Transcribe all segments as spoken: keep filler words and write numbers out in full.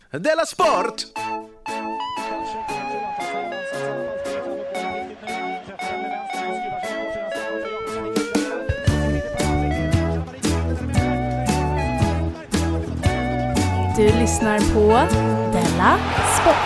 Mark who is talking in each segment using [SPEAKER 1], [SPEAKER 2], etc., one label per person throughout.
[SPEAKER 1] Della Sport!
[SPEAKER 2] Du lyssnar på Della Sport.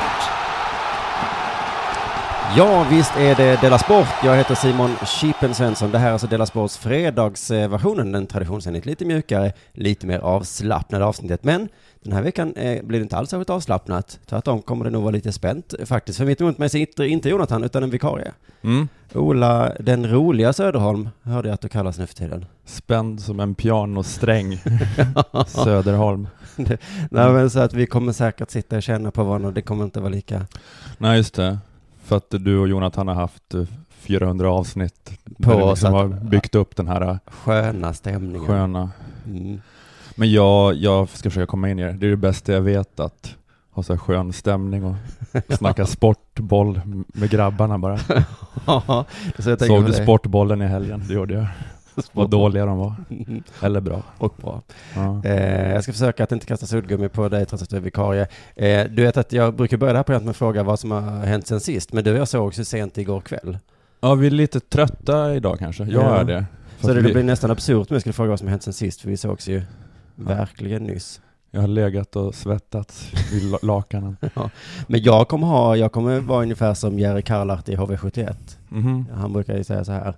[SPEAKER 3] Ja, visst är det Della Sport. Jag heter Simon Chippen Svensson. Det här är alltså Della Sports fredagsversionen. Den traditionsenligt lite mjukare, lite mer avslappnad avsnittet. Men den här veckan eh, blir det inte alls särskilt avslappnat. Tvärtom kommer det nog vara lite spänt faktiskt. För mitt emot mig sitter inte Jonathan utan en vikarie. Mm. Ola, den roliga Söderholm, hörde jag att du kallas nu för tiden.
[SPEAKER 4] Spänd som en pianosträng. Söderholm.
[SPEAKER 3] Det, nej, men så att vi kommer säkert sitta och känna på varandra och det kommer inte vara lika...
[SPEAKER 4] Nej, just det. För att du och Jonathan har haft fyrahundra avsnitt
[SPEAKER 3] på
[SPEAKER 4] där liksom
[SPEAKER 3] att,
[SPEAKER 4] har byggt upp den här
[SPEAKER 3] sköna stämningen.
[SPEAKER 4] Sköna.
[SPEAKER 3] Mm.
[SPEAKER 4] Men jag, jag ska försöka komma in i det. Det är det bästa jag vet, att ha så här skön stämning och snacka sportboll med grabbarna bara.
[SPEAKER 3] Ja, så jag
[SPEAKER 4] såg du sportbollen i helgen? Det gjorde jag. Vad dåliga de var. Eller bra.
[SPEAKER 3] Och bra.
[SPEAKER 4] Ja.
[SPEAKER 3] Eh, jag ska försöka att inte kasta suddgummi på dig trots att du är vikarie. Eh, du vet att jag brukar börja det här programmet med att fråga vad som har hänt sen sist. Men du och jag såg så sent igår kväll.
[SPEAKER 4] Ja, vi är lite trötta idag kanske. Jag
[SPEAKER 3] ja.
[SPEAKER 4] är det.
[SPEAKER 3] Så det
[SPEAKER 4] vi...
[SPEAKER 3] blir nästan absurt om jag skulle fråga vad som har hänt sen sist. För vi sågs ju ja. verkligen nyss.
[SPEAKER 4] Jag har legat och svettats i lakanen.
[SPEAKER 3] Ja. Men jag kommer, ha, jag kommer vara ungefär som Jerry Karlart i H V sjuttioett.
[SPEAKER 4] Mm-hmm.
[SPEAKER 3] Han brukar ju säga så här.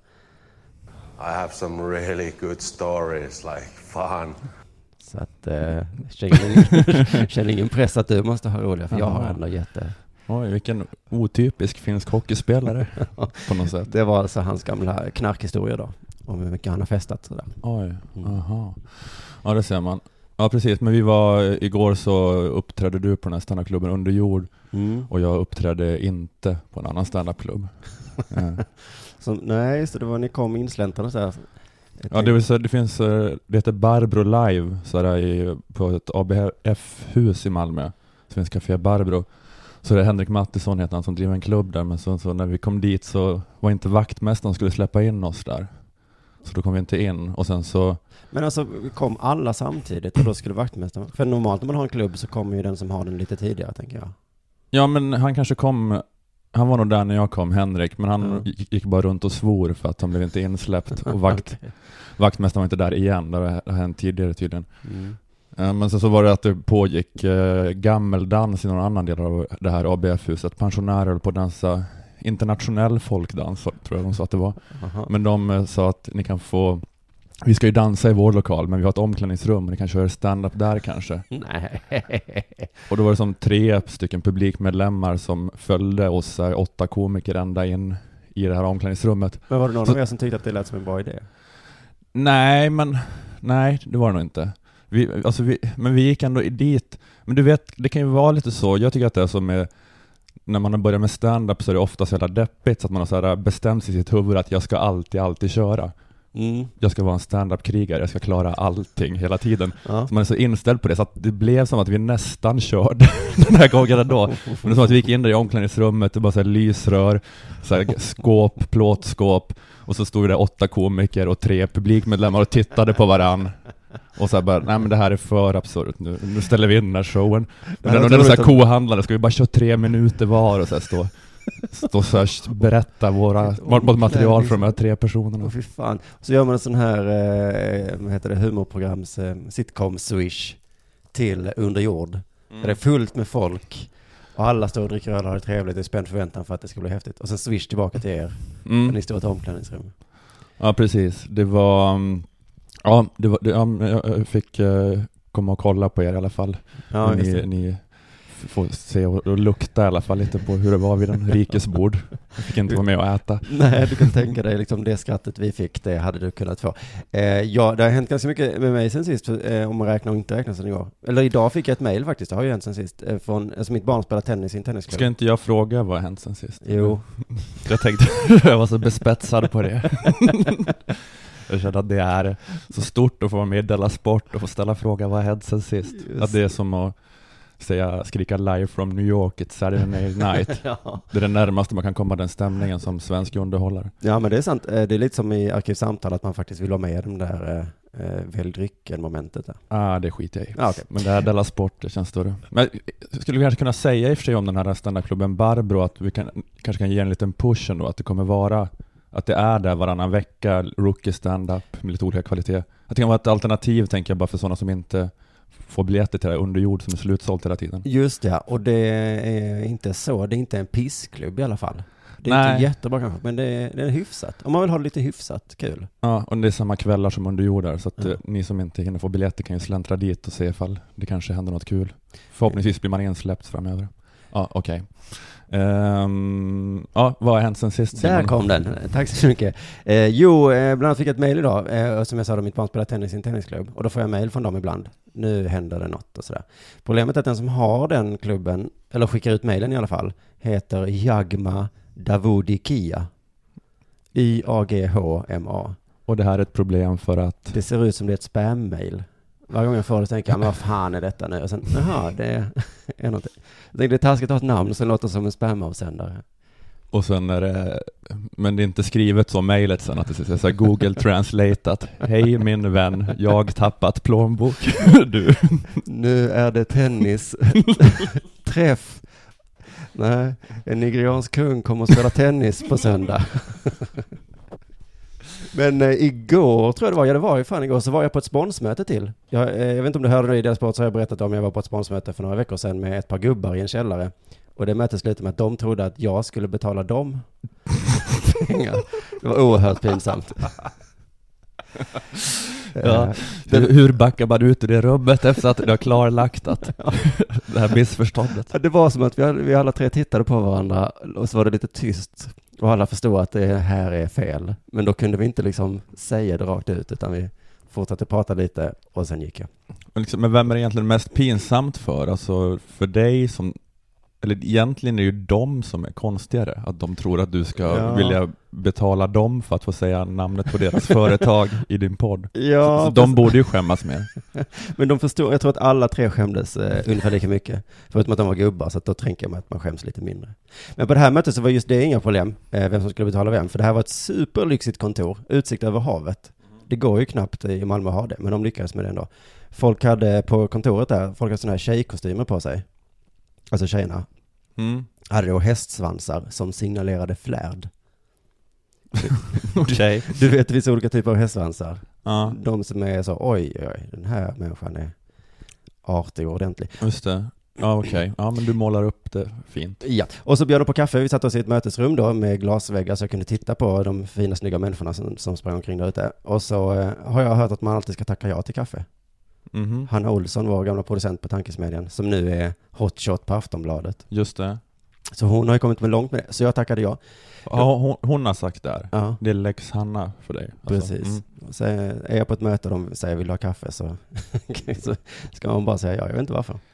[SPEAKER 5] I have some really good stories, like fun.
[SPEAKER 3] Så att eh, känner, känner ingen press att du måste ha roliga, för jag har ändå jätte...
[SPEAKER 4] Oj, vilken otypisk finsk hockeyspelare på något sätt.
[SPEAKER 3] Det var alltså hans gamla knarkhistoria då, om hur mycket han har festat sådär.
[SPEAKER 4] Oj, mm. aha. Ja, det ser man. Ja, precis. Men vi var, igår så uppträdde du på den här standardklubben Under jord mm. och jag uppträdde inte på en annan standardklubb. ja.
[SPEAKER 3] Så, nej, just det, det var ni kom insläntarna så här.
[SPEAKER 4] Ja, det, vill säga, det finns, det heter Barbro Live så där, i, på ett A B F-hus i Malmö. Så finns Café Barbro. Så det är Henrik Mattisson heter han som driver en klubb där. Men så, så när vi kom dit så var inte vaktmästaren skulle släppa in oss där. Så då kom vi inte in. Och sen så...
[SPEAKER 3] Men alltså kom alla samtidigt och då skulle vaktmästaren... För normalt när man har en klubb så kommer ju den som har den lite tidigare, tänker jag.
[SPEAKER 4] Ja, men han kanske kom... Han var nog där när jag kom, Henrik, men han mm. gick bara runt och svor för att han blev inte insläppt. Och vakt, okay. vaktmästaren var inte där igen, det har hänt tidigare tydligen. Mm. Uh, men sen så var det att det pågick uh, gammeldans i någon annan del av det här A B F-huset. Pensionärer höll på att dansa internationell folkdans, tror jag de sa att det var. Aha. Men de uh, sa att ni kan få... Vi ska ju dansa i vår lokal, men vi har ett omklädningsrum och ni kan köra stand-up där kanske.
[SPEAKER 3] Nej.
[SPEAKER 4] Och då var det som tre stycken publikmedlemmar som följde oss, här, åtta komiker ända in i det här omklädningsrummet.
[SPEAKER 3] Men var det någon
[SPEAKER 4] Så,
[SPEAKER 3] av er som tyckte att det lät som en bra idé?
[SPEAKER 4] Nej, men nej, det var det nog inte. Vi, alltså vi, men vi gick ändå dit. Men du vet, det kan ju vara lite så. Jag tycker att det är så med... När man börjar med stand-up så är det ofta så jävla deppigt så att man har så här bestämt sig i sitt huvud att jag ska alltid, alltid köra. Mm. Jag ska vara en stand-up-krigare, jag ska klara allting hela tiden. Ja. Så man är så inställd på det så att det blev som att vi nästan körde den här gången då. Men det är som att vi gick in där i omklädningsrummet, det var så här lysrör, så här skåp, plåtskåp, och så stod det åtta komiker och tre publikmedlemmar och tittade på varann. Och så här bara, nej men det här är för absurt, nu, nu ställer vi in den här showen. Men den är så här kohandlare, ska vi bara köra tre minuter var och så här stå stå så här, berätta våra material från de här tre personerna.
[SPEAKER 3] Oh, fy fan. Så gör man en sån här eh, vad heter det, humorprograms eh, sitcom swish till Under jord. Mm. Där det är fullt med folk och alla står och dricker öl och har det trevligt och spänd förväntan för att det ska bli häftigt. Och sen swish tillbaka till er. Mm. Och ni står i ett omklädningsrum.
[SPEAKER 4] Ja, precis. Det var ja, det var det, ja, jag fick uh, komma och kolla på er i alla fall. Ja, ni, ni får se och, och lukta i alla fall lite på hur det var vid den rikes bord. Jag fick inte vara med och äta.
[SPEAKER 3] Nej, du kan tänka dig liksom det skrattet vi fick, det hade du kunnat få. Eh, ja, det har hänt ganska mycket med mig sen sist, eh, om man räknar och inte räknar sen igår. Eller idag fick jag ett mejl faktiskt, det har ju hänt sen sist. Eh, från, alltså mitt barn spelar tennis i en tennisklubb.
[SPEAKER 4] Ska inte jag fråga vad har hänt sen sist?
[SPEAKER 3] Jo.
[SPEAKER 4] Jag tänkte, jag var så bespetsad på det. Jag kände att det är så stort att få vara med i Della Sport och få ställa fråga vad har hänt sen sist. Just. Att det är som att säga, skrika live from New York, it's Saturday night. Ja. Det är det närmaste man kan komma den stämningen som svensk underhållare.
[SPEAKER 3] Ja, men det är sant. Det är lite som i Arkivsamtal att man faktiskt vill vara med i de där eh, välj drycken-momentet där.
[SPEAKER 4] Ah, det skiter jag i.
[SPEAKER 3] Ah, okay.
[SPEAKER 4] Men det här Della Sport, det känns större. Men skulle vi kanske kunna säga i och för sig om den här standardklubben Barbro att vi kan, kanske kan ge en liten push ändå, att det kommer vara, att det är där varannan vecka, rookie stand-up med lite olika kvalitet. Att det kan vara ett alternativ, tänker jag, bara för sådana som inte får biljetter till det här underjord som är slutsålt hela tiden.
[SPEAKER 3] Just det, och det är inte så, det är inte en pissklubb i alla fall. Det är
[SPEAKER 4] Nej.
[SPEAKER 3] inte jättebra kanske, men det är, det är hyfsat. Om man vill ha det lite hyfsat kul.
[SPEAKER 4] Ja, och det är samma kvällar som underjord där, så att
[SPEAKER 3] Ja.
[SPEAKER 4] eh, ni som inte hinner få biljetter kan ju släntra dit och se ifall det kanske händer något kul. Förhoppningsvis blir man insläppt framöver. Ja, okej. Okay. Um, ja, vad har hänt sen sist?
[SPEAKER 3] Där
[SPEAKER 4] Simon?
[SPEAKER 3] kom den. Tack så mycket. Eh, jo, eh, bland annat fick jag ett mejl idag. Eh, som jag sa, då, mitt barn spelar tennis i en tennisklubb. Och då får jag mejl från dem ibland. Nu händer det något och sådär. Problemet är att den som har den klubben, eller skickar ut mejlen i alla fall, heter Jagma Davudikia. Y A G H M A.
[SPEAKER 4] Och det här är ett problem för att...
[SPEAKER 3] Det ser ut som det är ett spam-mail. Varje gång jag får det tänker jag, men vad fan är detta nu? Och sen, jaha, det är något. Jag tänkte, det är taskigt att ha ett namn som låter som en spam-avsändare.
[SPEAKER 4] Och sen är det... Men det är inte skrivet som mejlet sen, att det är så här Google Translateat. Hej min vän, jag tappat plånbok. Du.
[SPEAKER 3] Nu är det tennis. Träff. Nej, en nigeriansk kung kommer att spela tennis på söndag. Men eh, igår tror jag det var, ja det var ju fan igår, så var jag på ett sponsmöte till. Jag, eh, jag vet inte om du hörde det i Della Sport, så har jag berättat om jag var på ett sponsmöte för några veckor sedan med ett par gubbar i en källare. Och det mötet slutade med att de trodde att jag skulle betala dem pengar. Det var oerhört pinsamt.
[SPEAKER 4] Ja.
[SPEAKER 3] Eh,
[SPEAKER 4] Hur, hur backar man ut ur det rummet efter att det har klarlagt att det här missförståndet?
[SPEAKER 3] Det var som att vi, hade, vi alla tre tittade på varandra och så var det lite tyst. Och alla förstod att det här är fel. Men då kunde vi inte liksom säga det rakt ut, utan vi fortsatte prata lite och sen gick jag.
[SPEAKER 4] Men, liksom, men vem är det egentligen mest pinsamt för? Alltså för dig som... Eller egentligen är det ju de som är konstigare. Att de tror att du ska
[SPEAKER 3] Ja.
[SPEAKER 4] vilja betala dem för att få säga namnet på deras företag i din podd.
[SPEAKER 3] Ja,
[SPEAKER 4] så, så de borde ju skämmas mer.
[SPEAKER 3] Men de förstod, jag tror att alla tre skämdes eh, ungefär lika mycket. Förutom att de var gubbar, så att då tänker man att man skäms lite mindre. Men på det här mötet så var just det inga problem, eh, vem som skulle betala vem. För det här var ett superlyxigt kontor, utsikt över havet. Det går ju knappt i Malmö att ha det, men de lyckades med det ändå. Folk hade på kontoret där, folk hade sådana här tjejkostymer på sig. Alltså tjejerna.
[SPEAKER 4] Mm.
[SPEAKER 3] Hade då hästsvansar som signalerade flärd.
[SPEAKER 4] Okej.
[SPEAKER 3] Du vet, det finns olika typer av hästsvansar.
[SPEAKER 4] Ja,
[SPEAKER 3] De som är så, oj, oj, den här människan är artig och ordentlig.
[SPEAKER 4] just det. Ja, okej. Okay. Ja, men du målar upp det fint.
[SPEAKER 3] Ja, och så bjöd de på kaffe. Vi satt oss i ett mötesrum då med glasväggar så jag kunde titta på de fina, snygga människorna som, som sprang omkring där ute. Och så eh, har jag hört att man alltid ska tacka ja till kaffe.
[SPEAKER 4] Mhm.
[SPEAKER 3] Hanna Olsson, vår gamla producent på Tankesmedjan, som nu är hotshot på Aftonbladet.
[SPEAKER 4] Just det.
[SPEAKER 3] Så hon har ju kommit med långt med det. Så jag tackade ja.
[SPEAKER 4] Ja, hon, hon har sagt där.
[SPEAKER 3] Ja,
[SPEAKER 4] Det är Lex Hanna för dig. Alltså.
[SPEAKER 3] precis.
[SPEAKER 4] Mm.
[SPEAKER 3] Så är jag på ett möte och de säger vill du ha kaffe, så, så ska man bara säga ja, jag vet inte varför.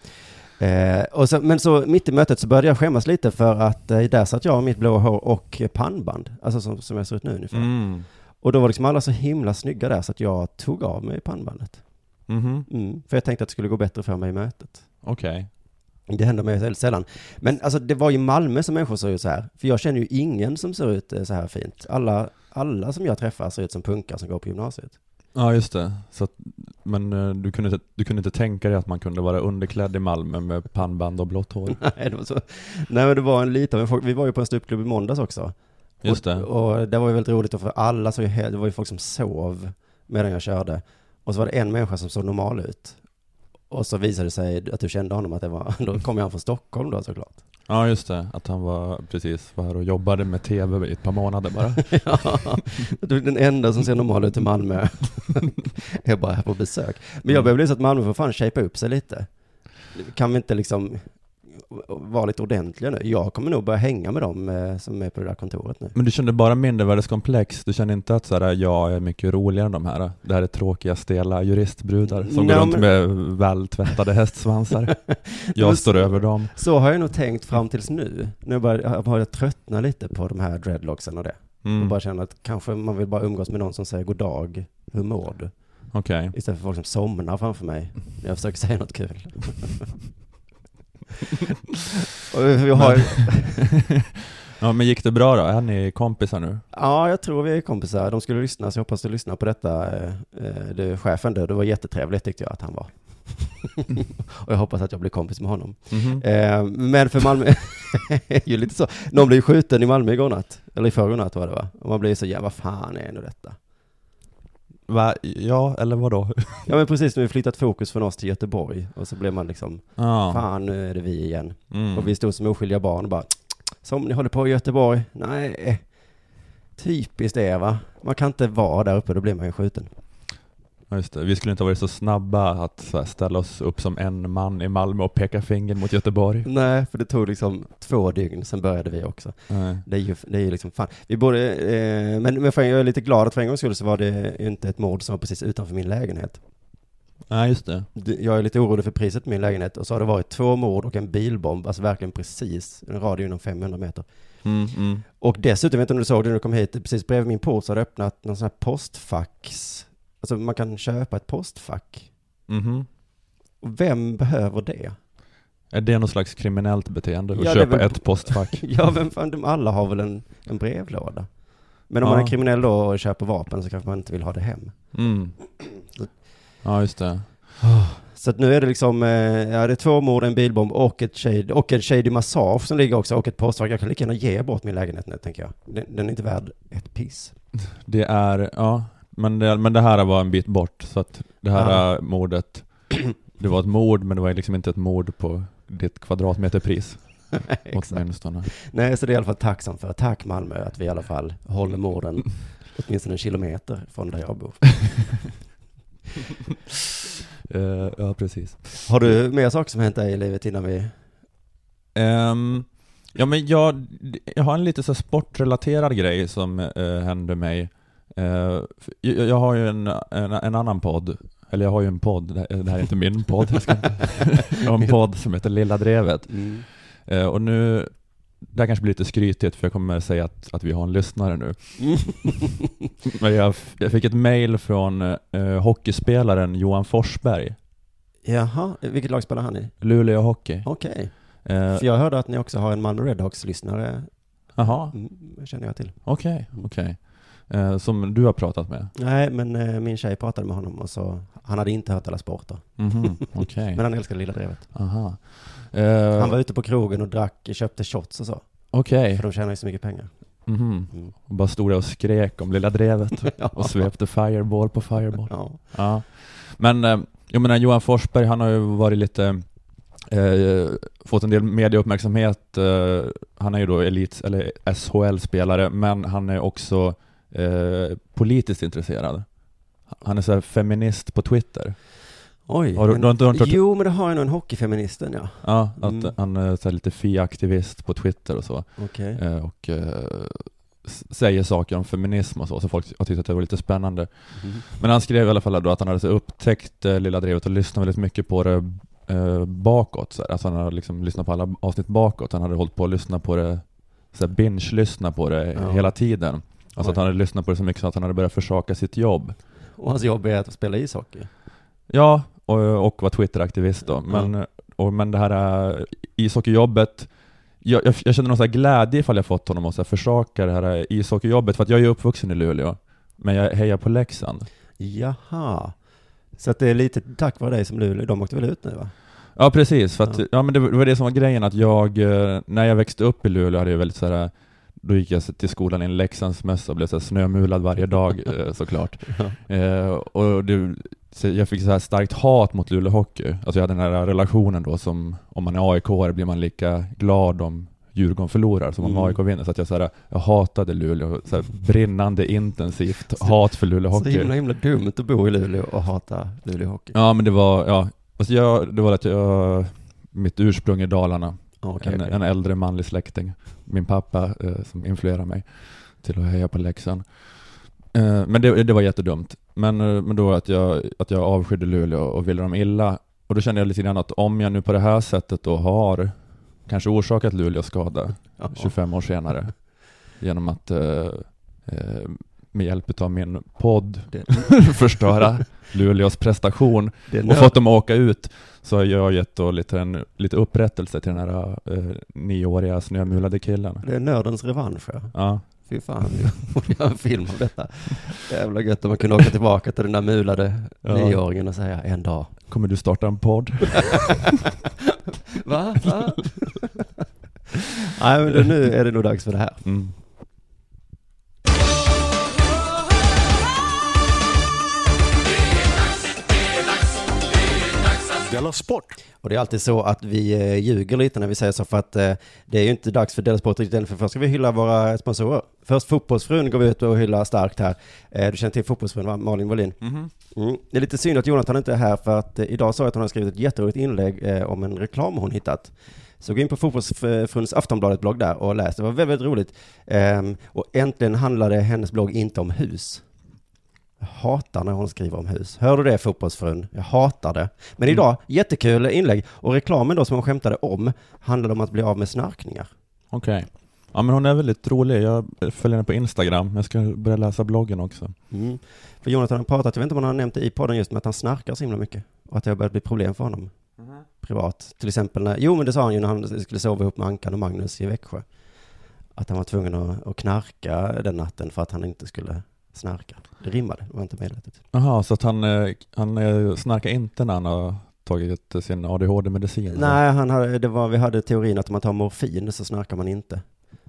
[SPEAKER 3] Eh, och så, men så mitt i mötet så började jag skämmas lite för att eh, där satt jag och mitt blå hår och pannband, alltså som, som jag ser ut nu ungefär.
[SPEAKER 4] Mm.
[SPEAKER 3] Och då var liksom alla så himla snygga där så att jag tog av mig pannbandet.
[SPEAKER 4] Mhm.
[SPEAKER 3] Mm, för jag tänkte att det skulle gå bättre för mig i mötet.
[SPEAKER 4] Okej.
[SPEAKER 3] Det händer mig väldigt sällan. Men alltså det var ju Malmö som människor ser ut så här. För jag känner ju ingen som ser ut eh, så här fint. Alla, alla som jag träffar ser ut som punkar som går på gymnasiet.
[SPEAKER 4] Ja, just det. Så att, men eh, du kunde, inte, du kunde inte tänka dig att man kunde vara underklädd i Malmö med pannband och blått hår?
[SPEAKER 3] Nej, det var så. Nej, men det var en liten folk. Vi var ju på en ståuppklubb i måndags också.
[SPEAKER 4] Just det.
[SPEAKER 3] Och, och det var ju väldigt roligt för alla så det var ju folk som sov medan jag körde. Och så var det en människa som såg normal ut. Och så visade det sig att du kände honom, att det var, då kom han från Stockholm då såklart.
[SPEAKER 4] Ja, just det. Att han var precis var här och jobbade med tv i ett par månader bara.
[SPEAKER 3] Ja, du är den enda som ser normal ut i Malmö. Jag är bara här på besök. Men jag
[SPEAKER 4] Mm.
[SPEAKER 3] behöver bli så att Malmö får fan shapea upp sig lite. Kan vi inte liksom vara lite ordentliga nu? Jag kommer nog börja hänga med dem eh, som är på det där kontoret nu.
[SPEAKER 4] Men du kände bara mindervärdeskomplex. Du kände inte att så här, jag är mycket roligare än de här. Det här är tråkiga, stela juristbrudar som
[SPEAKER 3] Nej,
[SPEAKER 4] går runt
[SPEAKER 3] men-
[SPEAKER 4] med vältvättade hästsvansar. Jag
[SPEAKER 3] Men
[SPEAKER 4] står
[SPEAKER 3] så-
[SPEAKER 4] över dem.
[SPEAKER 3] Så har jag nog tänkt fram tills nu. Nu jag börjar jag börjar tröttna lite på de här dreadlocksen och det.
[SPEAKER 4] Mm.
[SPEAKER 3] Och bara känna att kanske man vill bara umgås med någon som säger god dag, hur mår du?
[SPEAKER 4] Okej.
[SPEAKER 3] Istället för folk som somnar framför mig när jag försöker säga något kul. Och jag har ju...
[SPEAKER 4] Ja, men gick det bra då? Är ni kompisar nu?
[SPEAKER 3] Ja, jag tror vi är kompisar. De skulle lyssna, så jag hoppas du lyssnar på detta. Det, chefen då, det var jättetrevligt tyckte jag att han var. Och jag hoppas att jag blir kompis med honom.
[SPEAKER 4] Mm-hmm.
[SPEAKER 3] Eh, men för Malmö är ju lite så. Någon blev skjuten i Malmö igår natt. Eller i förrgår natt var det va? Och man blir så, ja vad fan är nu detta?
[SPEAKER 4] Va? Ja, eller vadå?
[SPEAKER 3] Ja men precis, nu har vi flyttat fokus från oss till Göteborg. Och så blev man liksom,
[SPEAKER 4] Ja.
[SPEAKER 3] fan nu är det vi igen.
[SPEAKER 4] Mm.
[SPEAKER 3] Och vi stod som oskyldiga barn och bara, som ni håller på i Göteborg? Nej, typiskt det va? Man kan inte vara där uppe, då blir man ju skjuten.
[SPEAKER 4] Ja, just det. Vi skulle inte ha varit så snabba att så här, ställa oss upp som en man i Malmö och peka finger mot Göteborg.
[SPEAKER 3] Nej, för det tog liksom två dygn, sen började vi också.
[SPEAKER 4] Nej.
[SPEAKER 3] Det är ju, det är ju liksom fan. Vi borde, eh, men, men för jag är lite glad att för en gångs skull så var det inte ett mord som var precis utanför min lägenhet.
[SPEAKER 4] Nej, just det.
[SPEAKER 3] Jag är lite orolig för priset på min lägenhet, och så har det varit två mord och en bilbomb, alltså verkligen precis, en radie inom femhundra meter.
[SPEAKER 4] Mm, mm.
[SPEAKER 3] Och dessutom, vet inte om du såg det när du kom hit, precis bredvid min port så har det öppnat någon sån här postfax. Alltså man kan köpa ett postfack.
[SPEAKER 4] Mm-hmm.
[SPEAKER 3] Och vem behöver det?
[SPEAKER 4] Är det någon slags kriminellt beteende att
[SPEAKER 3] Ja,
[SPEAKER 4] köpa
[SPEAKER 3] väl...
[SPEAKER 4] ett postfack?
[SPEAKER 3] Ja, vem fan, de alla har väl en, en brevlåda. Men om
[SPEAKER 4] ja.
[SPEAKER 3] man är kriminell då och köper vapen så kanske man inte vill ha det hem.
[SPEAKER 4] Mm. Ja, just det.
[SPEAKER 3] Så att nu är det liksom, eh, ja det är två mord, en bilbomb och ett shady, och en shady massage som ligger också, och ett postfack. Jag kan lika gärna ge bort min lägenhet nu, tänker jag. Den, den är inte värd ett piss.
[SPEAKER 4] Det är, ja, men det, men det här var en bit bort, så att det här
[SPEAKER 3] Ja.
[SPEAKER 4] mordet, det var ett mord, men det var liksom inte ett mord på ditt kvadratmeterpris. Åtminstone.
[SPEAKER 3] Nej, så det är i alla fall tacksam för. Tack Malmö att vi i alla fall håller morden åtminstone en kilometer från där jag bor.
[SPEAKER 4] uh, ja, precis.
[SPEAKER 3] Har du mer saker som hänt dig i livet innan vi...
[SPEAKER 4] Um, ja, men jag, jag har en lite så sportrelaterad grej som uh, hände mig. Uh, jag, jag har ju en, en, en annan podd. Eller jag har ju en podd. Det här är inte min podd. Jag, ska inte. Jag har en podd som heter Lilla Drevet. Mm. Uh, och nu... Det här kanske blir lite skrytigt, för jag kommer säga att, att vi har en lyssnare nu. Mm. Men jag, jag fick ett mejl från uh, hockeyspelaren Johan Forsberg.
[SPEAKER 3] Jaha, vilket lag spelar han i?
[SPEAKER 4] Luleå Hockey.
[SPEAKER 3] Okej. Okay.
[SPEAKER 4] Uh,
[SPEAKER 3] för jag hörde att ni också har en Malmö Redhawks-lyssnare.
[SPEAKER 4] Jaha.
[SPEAKER 3] Mm, känner jag till.
[SPEAKER 4] Okej, okay, okej. Okay. Uh, som du har pratat med?
[SPEAKER 3] Nej, men uh, min tjej pratade med honom och så han hade inte hört alla sporter.
[SPEAKER 4] Mm-hmm, okay.
[SPEAKER 3] Men han älskade Lilla Drevet.
[SPEAKER 4] Aha. Uh,
[SPEAKER 3] han var ute på krogen och drack, köpte shots och så.
[SPEAKER 4] Okej. Okay.
[SPEAKER 3] För de tjänar ju så mycket pengar.
[SPEAKER 4] Mm-hmm. Mm. Och bara stod och skrek om Lilla Drevet ja. Och svepte fireball på fireball.
[SPEAKER 3] Ja.
[SPEAKER 4] Ja. Men uh, jag menar, Johan Forsberg, han har ju varit lite uh, fått en del medieuppmärksamhet. Uh, han är ju då elit eller S H L-spelare, men han är också uh, politiskt intresserad. Han är så här feminist på Twitter.
[SPEAKER 3] Oj,
[SPEAKER 4] har du,
[SPEAKER 3] en,
[SPEAKER 4] du har inte hört...
[SPEAKER 3] jo men det har ju nog en hockeyfeministen, ja.
[SPEAKER 4] Ja, att
[SPEAKER 3] mm.
[SPEAKER 4] han är så här lite F I-aktivist på Twitter och så.
[SPEAKER 3] Okay.
[SPEAKER 4] Eh, och eh, säger saker om feminism och så, så folk har tyckt att det var lite spännande. Mm. Men han skrev i alla fall då att han hade så upptäckt eh, Lilla Drevet och lyssnat väldigt mycket på det eh, bakåt. Så här. Alltså han hade liksom lyssnat på alla avsnitt bakåt. Han hade hållit på att lyssna på det, så här binge-lyssna på det ja. hela tiden. Alltså Oj. Att han hade lyssnat på det så mycket så att han hade börjat försaka sitt jobb.
[SPEAKER 3] Och hans jobb är att spela ishockey?
[SPEAKER 4] Ja, och, och vara Twitter-aktivist då. Men, mm. och, men det här uh, ishockeyjobbet, jag, jag, jag känner någon så här glädje ifall jag fått honom att så här försaka det här ishockeyjobbet, för att jag är uppvuxen i Luleå, men jag hejar på Leksand.
[SPEAKER 3] Jaha, så att det är lite tack vare dig som Luleå, de åkte väl ut nu va?
[SPEAKER 4] Ja, precis, för att, ja. Ja, men det var det som var grejen, att jag, när jag växte upp i Luleå hade jag väldigt så här, då gick jag till skolan i en Leksandsmössa och blev så här snömulad varje dag såklart. Ja. Eh, och det, så jag fick så här starkt hat mot Luleå Hockey. Alltså jag hade den här relationen då som, om man är A I K blir man lika glad om Djurgården förlorar som om mm. A I K vinner. Så att jag, så här, jag hatade Luleå, så här, brinnande intensivt så, hat för Luleå Hockey.
[SPEAKER 3] Så himla, himla dumt att bo i Luleå och hata Luleå Hockey.
[SPEAKER 4] Ja, men det var, ja, alltså jag, det var att jag, mitt ursprung i Dalarna.
[SPEAKER 3] Okay,
[SPEAKER 4] en,
[SPEAKER 3] okay.
[SPEAKER 4] en äldre manlig släkting. Min pappa eh, som influerade mig till att heja på Leksand. Eh, men det, det var jättedumt. Men, eh, men då att jag, att jag avskydde Luleå och ville dem illa. Och då kände jag lite grann att om jag nu på det här sättet då har kanske orsakat Luleå skada tjugofem år senare genom att eh, eh, med hjälp av min podd förstöra Luleås prestation och fått dem att åka ut, så har jag gett då lite, en, lite upprättelse till den här eh, nioåriga snömulade killen.
[SPEAKER 3] Det är nördens revansch.
[SPEAKER 4] Ja.
[SPEAKER 3] Fy fan, vi borde göra en film om detta. Jävla gött om man kunde åka tillbaka till den där mulade ja. nioåringen och säga en dag.
[SPEAKER 4] Kommer du starta en podd?
[SPEAKER 3] Va? Va? Nej, men då, nu är det nog dags för det här.
[SPEAKER 4] Mm.
[SPEAKER 1] Della Sport.
[SPEAKER 3] Och det är alltid så att vi eh, ljuger lite när vi säger så, för att eh, det är ju inte dags för Della Sport riktigt än, för först ska vi hylla våra sponsorer. Först Fotbollsfrun går vi ut och hyllar starkt här. Eh, du känner till Fotbollsfrun, va? Malin Wallin.
[SPEAKER 4] Mm-hmm.
[SPEAKER 3] Mm. Det är lite synd att Jonathan inte är här, för att eh, idag sa jag att hon har skrivit ett jätteroligt inlägg eh, om en reklam hon hittat. Så gå in på Fotbollsfruns Aftonbladet-blogg där och läs. Det var väldigt, väldigt roligt. Eh, och äntligen handlade hennes blogg inte om hus. Jag hatar när hon skriver om hus. Hör du det, Fotbollsfrun? Jag hatar det. Men mm. idag, jättekul inlägg. Och reklamen då som hon skämtade om handlade om att bli av med snarkningar.
[SPEAKER 4] Okej. Okay. Ja, men hon är väldigt rolig. Jag följer henne på Instagram. Jag ska börja läsa bloggen också.
[SPEAKER 3] Mm. För Jonathan har pratat, jag vet inte om han har nämnt det i podden, just med att han snarkar så himla mycket. Och att det har börjat bli problem för honom. Mm. Privat. Till exempel när, jo men det sa han ju när han skulle sova ihop med Ankan och Magnus i Växjö. Att han var tvungen att, att knarka den natten för att han inte skulle snarka. Det rimmade, det var inte medvetet.
[SPEAKER 4] Jaha, så att han, han snarkar inte när han har tagit sin A D H D-medicin?
[SPEAKER 3] Nej, han hade, det var, vi hade teorin att om man tar morfin så snarkar man inte.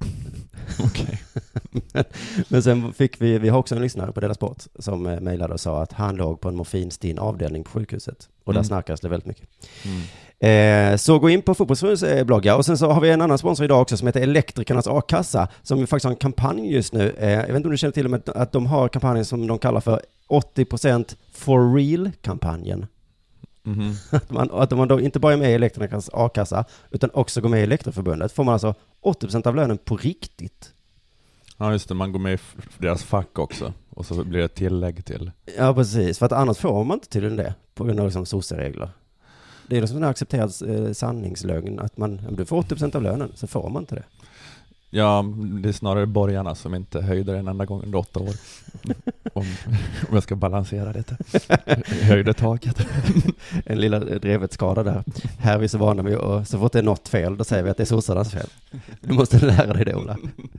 [SPEAKER 4] Okej.
[SPEAKER 3] men, men sen fick vi, vi har också en lyssnare på Della Sport som eh, mejlade och sa att han låg på en morfinstinn avdelning på sjukhuset. Och
[SPEAKER 4] mm.
[SPEAKER 3] där snarkas det väldigt mycket. Mm. Eh, så gå in på Fotbollsförbundets eh, blogga. Och sen så har vi en annan sponsor idag också som heter Elektrikernas A-kassa, som faktiskt har en kampanj just nu. Eh, jag vet inte om du känner till att, att de har kampanjen som de kallar för åttio procent for real-kampanjen. Mm-hmm. Att, man, att man då inte bara är med i Elektrikernas A-kassa utan också går med i Elektroförbundet, får man alltså åttio procent av lönen på riktigt.
[SPEAKER 4] Ja just det, man går med i deras fack också och så blir det ett tillägg till.
[SPEAKER 3] Ja precis, för att annars får man inte tydligen det på grund av liksom soc-regler. Det är liksom en accepterad eh, sanningslögn att man, om du får åttio procent av lönen så får man inte det.
[SPEAKER 4] Ja, det är snarare borgarna som inte höjde en enda gång under åtta år. om, om jag ska balansera lite. Höjde taket.
[SPEAKER 3] En lilla drevet skada där. Här är vi så vana med, och så fort det är något fel, då säger vi att det är sossarnas fel. Du måste lära dig det, Ola.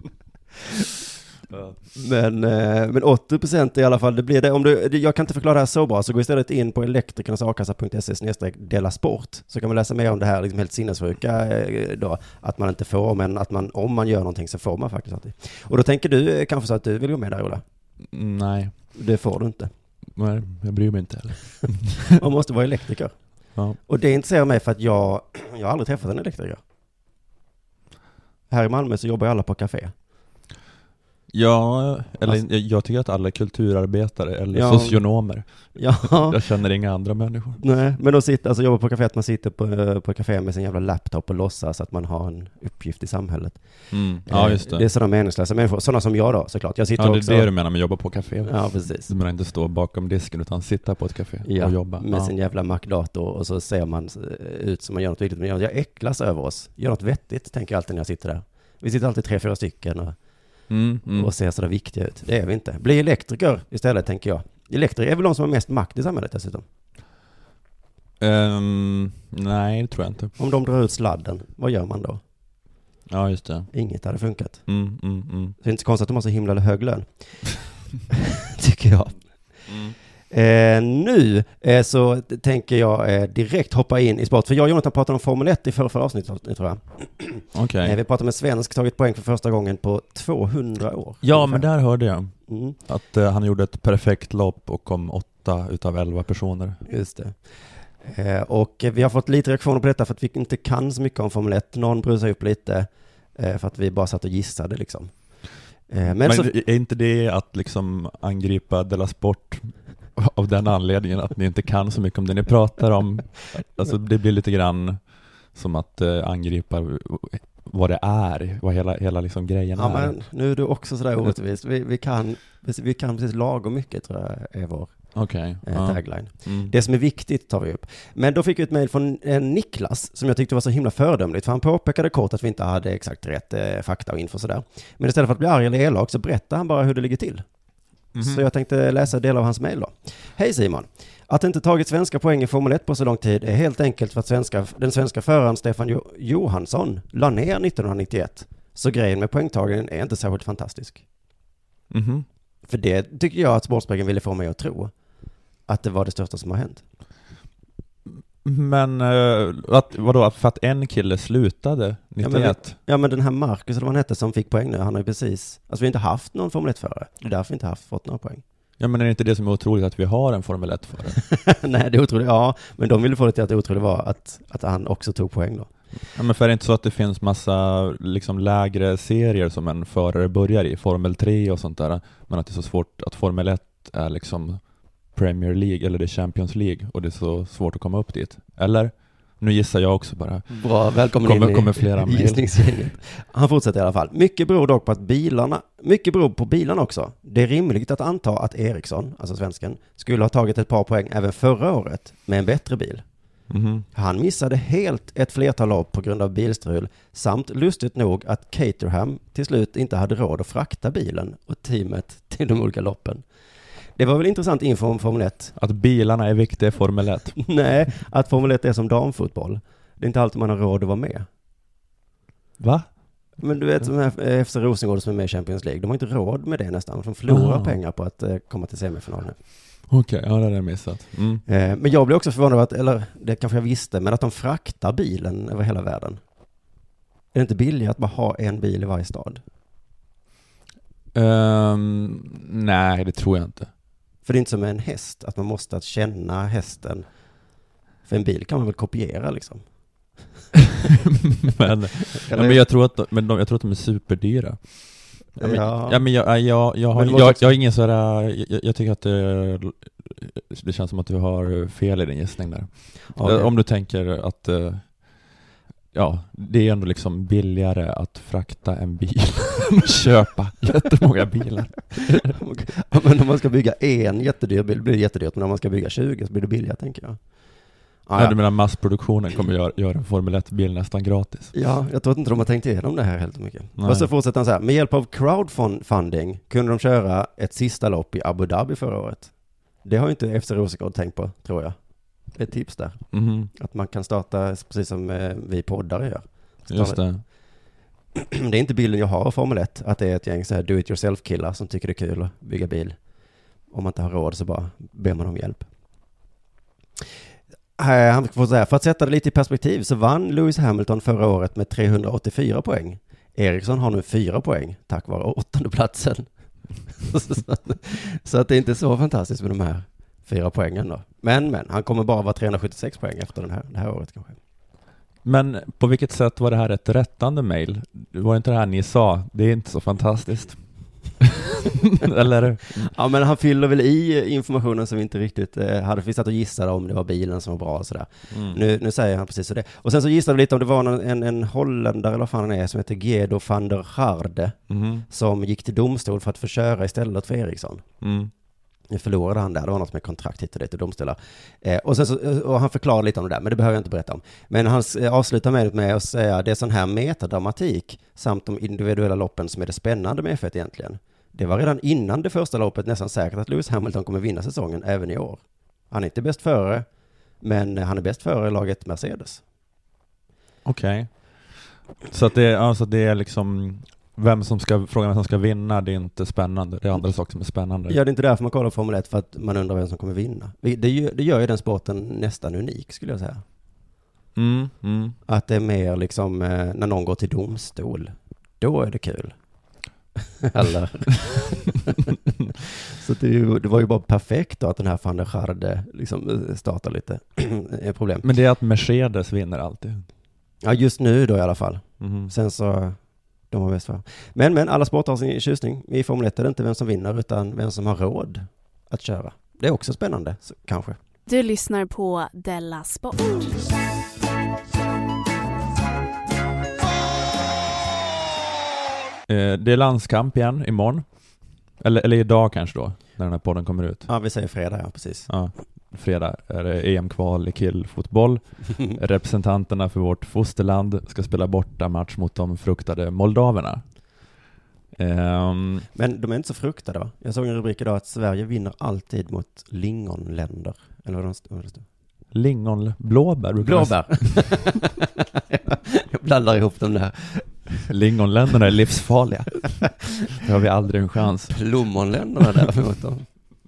[SPEAKER 3] Men, men åttio procent i alla fall, det blir det. Om du, jag kan inte förklara det här så bra, så gå istället in på elektrikernas a kassa punkt se snedstreck dela sport, så kan man läsa mer om det här liksom helt sinnessjuka då, att man inte får, men att man, om man gör någonting så får man faktiskt alltid. Och då tänker du kanske så att du vill gå med där, Ola?
[SPEAKER 4] Nej.
[SPEAKER 3] Det får du inte.
[SPEAKER 4] Nej, jag bryr mig inte heller.
[SPEAKER 3] Man måste vara elektriker.
[SPEAKER 4] Ja. Och
[SPEAKER 3] det intresserar mig för att jag, jag har aldrig träffat en elektriker. Här i Malmö så jobbar alla på café.
[SPEAKER 4] Ja, eller alltså, jag tycker att alla är kulturarbetare eller ja, socionomer.
[SPEAKER 3] Ja.
[SPEAKER 4] Jag känner inga andra människor.
[SPEAKER 3] Nej, men de sitter, alltså jobbar på café, att man sitter på, på café med sin jävla laptop och låtsas att man har en uppgift i samhället.
[SPEAKER 4] Mm. Ja, just det.
[SPEAKER 3] Det är sådana meningslösa människor, sådana som jag då, såklart. Jag sitter
[SPEAKER 4] ja, det är
[SPEAKER 3] också,
[SPEAKER 4] det du menar med jobba på café.
[SPEAKER 3] Ja, precis.
[SPEAKER 4] Du menar inte stå bakom disken utan sitta på ett café
[SPEAKER 3] ja,
[SPEAKER 4] och jobba.
[SPEAKER 3] med
[SPEAKER 4] ja.
[SPEAKER 3] sin jävla Mac-dator, och så ser man ut som man gör något viktigt. Men jag äcklas över oss. Gör något vettigt, tänker jag alltid när jag sitter där. Vi sitter alltid tre, fyra stycken och Mm, mm. och ser sådär viktiga ut. Det är vi inte. Bli elektriker istället, tänker jag. Elektriker är väl de som har mest makt i samhället dessutom?
[SPEAKER 4] Um, nej, det tror jag inte.
[SPEAKER 3] Om de drar ut sladden, vad gör man då?
[SPEAKER 4] Ja, just det.
[SPEAKER 3] Inget hade funkat.
[SPEAKER 4] Mm, mm, mm.
[SPEAKER 3] Så det är inte så konstigt att de har så himla hög lön. Tycker jag. Mm. Eh, nu eh, så tänker jag eh, direkt hoppa in i sport. För jag och Jonathan pratade om Formel ett i förra, förra avsnittet, tror jag.
[SPEAKER 4] Okay.
[SPEAKER 3] Eh, vi pratade med svensk, tagit poäng för första gången på tvåhundra år.
[SPEAKER 4] Ja, ungefär. Men där hörde jag
[SPEAKER 3] mm.
[SPEAKER 4] att eh, han gjorde ett perfekt lopp och kom åtta utav elva personer.
[SPEAKER 3] Just det. Eh, och vi har fått lite reaktioner på detta för att vi inte kan så mycket om Formel ett. Någon brusar upp lite eh, för att vi bara satt och gissade liksom. Eh, men
[SPEAKER 4] men
[SPEAKER 3] så...
[SPEAKER 4] är inte det att liksom angripa Della Sport av den anledningen att ni inte kan så mycket om det ni pratar om? Alltså det blir lite grann som att eh, angripa vad det är, vad hela, hela liksom grejen
[SPEAKER 3] ja,
[SPEAKER 4] är.
[SPEAKER 3] Men nu är du också sådär orättvist. Vi, vi, kan, vi kan precis lagom mycket, tror jag är vår
[SPEAKER 4] okay.
[SPEAKER 3] eh, tagline.
[SPEAKER 4] Mm.
[SPEAKER 3] Det som är viktigt tar vi upp. Men då fick vi ett mejl från eh, Niklas som jag tyckte var så himla föredömligt, för han påpekade kort att vi inte hade exakt rätt eh, fakta och info sådär. Men istället för att bli arg eller elak så berättar han bara hur det ligger till. Mm. Så jag tänkte läsa delar av hans mejl då. Hej Simon. Att inte tagit svenska poäng i Formel ett på så lång tid är helt enkelt för att svenska, den svenska föraren Stefan jo- Johansson la ner nittonhundranittioett. Så grejen med poängtagningen är inte särskilt fantastisk.
[SPEAKER 4] Mm-hmm.
[SPEAKER 3] För det tycker jag att Sportspegeln ville få mig att tro. Att det var det största som har hänt.
[SPEAKER 4] Men uh, att, vadå, för att en kille slutade nittioett?
[SPEAKER 3] Ja men, ja, men den här Marcus, eller vad han hette, som fick poäng nu, han har ju precis... Alltså vi har inte haft någon Formel ett-förare. Det är därför vi inte haft fått några poäng.
[SPEAKER 4] Ja, men är det inte det som är otroligt att vi har en Formel ett-förare?
[SPEAKER 3] Nej, det är otroligt. Ja, men de ville få det till att det otroligt var att, att han också tog poäng då.
[SPEAKER 4] Ja, men för är det inte så att det finns massa liksom lägre serier som en förare börjar i, Formel tre och sånt där, men att det är så svårt att Formel ett är liksom Premier League eller det är Champions League och det är så svårt att komma upp dit. Eller? Nu gissar jag också bara.
[SPEAKER 3] Bra, välkommen
[SPEAKER 4] kommer,
[SPEAKER 3] in i
[SPEAKER 4] kommer flera
[SPEAKER 3] gissningsgänget. Han fortsätter i alla fall. Mycket beror dock på att bilarna, mycket beror på bilarna också. Det är rimligt att anta att Eriksson, alltså svensken, skulle ha tagit ett par poäng även förra året med en bättre bil.
[SPEAKER 4] Mm-hmm.
[SPEAKER 3] Han missade helt ett flertal lopp på grund av bilstrul samt lustigt nog att Caterham till slut inte hade råd att frakta bilen och teamet till de olika loppen. Det var väl intressant info om Formel ett.
[SPEAKER 4] Att bilarna är viktiga i Formel ett.
[SPEAKER 3] Nej, att Formel ett är som damfotboll. Det är inte alltid man har råd att vara med.
[SPEAKER 4] Va?
[SPEAKER 3] Men du vet, som F C Rosengård som är med i Champions League, de har inte råd med det nästan. De förlorar
[SPEAKER 4] ah.
[SPEAKER 3] pengar på att uh, komma till semifinal nu.
[SPEAKER 4] Okej, okay, ja det har jag missat. Mm.
[SPEAKER 3] Eh, men jag blev också förvånad över att, eller det kanske jag visste, men att de fraktar bilen över hela världen. Är det inte billigare att bara ha en bil i varje stad?
[SPEAKER 4] Um, nej, det tror jag inte.
[SPEAKER 3] För det är inte som med en häst, att man måste att känna hästen. För en bil kan man väl kopiera liksom.
[SPEAKER 4] men, ja, men jag tror att men de, jag tror att de är superdyra. Ja, men,
[SPEAKER 3] ja.
[SPEAKER 4] ja, men jag, jag, jag, har,
[SPEAKER 3] men
[SPEAKER 4] jag,
[SPEAKER 3] också...
[SPEAKER 4] jag har ingen sådär, jag, jag tycker att det, det känns som att du har fel i din gissning där. Okay. Om du tänker att ja, det är ändå liksom billigare att frakta en bil än köpa jättemånga bilar.
[SPEAKER 3] Men om man ska bygga en jättedyr bil blir det jättedyrt, men om man ska bygga tjugo så blir det billigare, tänker jag.
[SPEAKER 4] Ah, ja, du menar massproduktionen kommer göra, göra en Formel ett-bil nästan gratis?
[SPEAKER 3] Ja, jag tror inte de har tänkt igenom det här helt mycket.
[SPEAKER 4] Nej.
[SPEAKER 3] Och så fortsätter han så här. Med hjälp av crowdfunding kunde de köra ett sista lopp i Abu Dhabi förra året. Det har ju inte F C Rosengård tänkt på, tror jag. Det är ett tips där.
[SPEAKER 4] Mm-hmm.
[SPEAKER 3] Att man kan starta precis som eh, vi poddare gör. Starta.
[SPEAKER 4] Just det.
[SPEAKER 3] Det är inte bilden jag har av Formel ett. Att det är ett gäng så här do-it-yourself-killar som tycker det är kul att bygga bil. Om man inte har råd så bara ber man om hjälp. Han får säga, för att sätta det lite i perspektiv så vann Lewis Hamilton förra året med trehundraåttiofyra poäng. Eriksson har nu fyra poäng tack vare åttonde platsen. så, så att det är inte så fantastiskt med de här fyra poängen då. Men, men, han kommer bara vara trehundrasjuttiosex poäng efter den här, det här året kanske.
[SPEAKER 4] Men på vilket sätt var det här ett rättande mejl? Var inte det här ni sa? Det är inte så fantastiskt. Eller?
[SPEAKER 3] Ja, men han fyller väl i informationen som vi inte riktigt eh, hade vi satt och gissade om det var bilen som var bra och sådär. Mm. Nu, nu säger han precis så det. Och sen så gissade vi lite om det var en, en, en holländare eller vad fan han är som heter Guido van der Garde
[SPEAKER 4] mm.
[SPEAKER 3] som gick till domstol för att få köra istället för Eriksson.
[SPEAKER 4] Mm.
[SPEAKER 3] Nu förlorade han där, det var något med kontrakt hit och dit och domstolar. Eh, och, sen så, och han förklarar lite om det där, men det behöver jag inte berätta om. Men han eh, avslutar med, med att säga det är sån här metadramatik samt de individuella loppen som är det spännande med F ett egentligen. Det var redan innan det första loppet nästan säkert att Lewis Hamilton kommer vinna säsongen även i år. Han är inte bäst före, men han är bäst före laget Mercedes.
[SPEAKER 4] Okej. Okay. Så att det, alltså det är liksom vem som ska, frågan vem som ska vinna, det är inte spännande. Det är andra saker som är spännande.
[SPEAKER 3] Ja, det är inte därför man kollar på Formel ett, för att man undrar vem som kommer vinna. Det gör, det gör ju den sporten nästan unik, skulle jag säga.
[SPEAKER 4] Mm, mm.
[SPEAKER 3] Att det är mer liksom när någon går till domstol. Då är det kul. Eller så det, ju, det var ju bara perfekt då att den här van der Garde liksom startar lite problem.
[SPEAKER 4] Men det är att Mercedes vinner alltid.
[SPEAKER 3] Ja, just nu då i alla fall.
[SPEAKER 4] Mm.
[SPEAKER 3] Sen så de har bäst för. Men men alla sporter har sin tjusning. I Formel ett är det inte vem som vinner utan vem som har råd att köra. Det är också spännande så, kanske.
[SPEAKER 2] Du lyssnar på Della Sport.
[SPEAKER 4] Det är landskamp igen imorgon. Eller, eller idag kanske då, när den här podden kommer ut.
[SPEAKER 3] Ja, vi säger fredag, ja, precis.
[SPEAKER 4] Ja, fredag är det E M-kval i killfotboll. Representanterna för vårt fosterland ska spela borta match mot de fruktade moldaverna. Um,
[SPEAKER 3] Men de är inte så fruktade, va? Jag såg en rubrik idag att Sverige vinner alltid mot lingonländer. Eller vad de stod?
[SPEAKER 4] lingon, blåbär.
[SPEAKER 3] Blåbär. Jag blandar ihop dem där.
[SPEAKER 4] Lingonländerna är livsfarliga. Det har vi aldrig en chans.
[SPEAKER 3] Plommonländerna däremot. Då.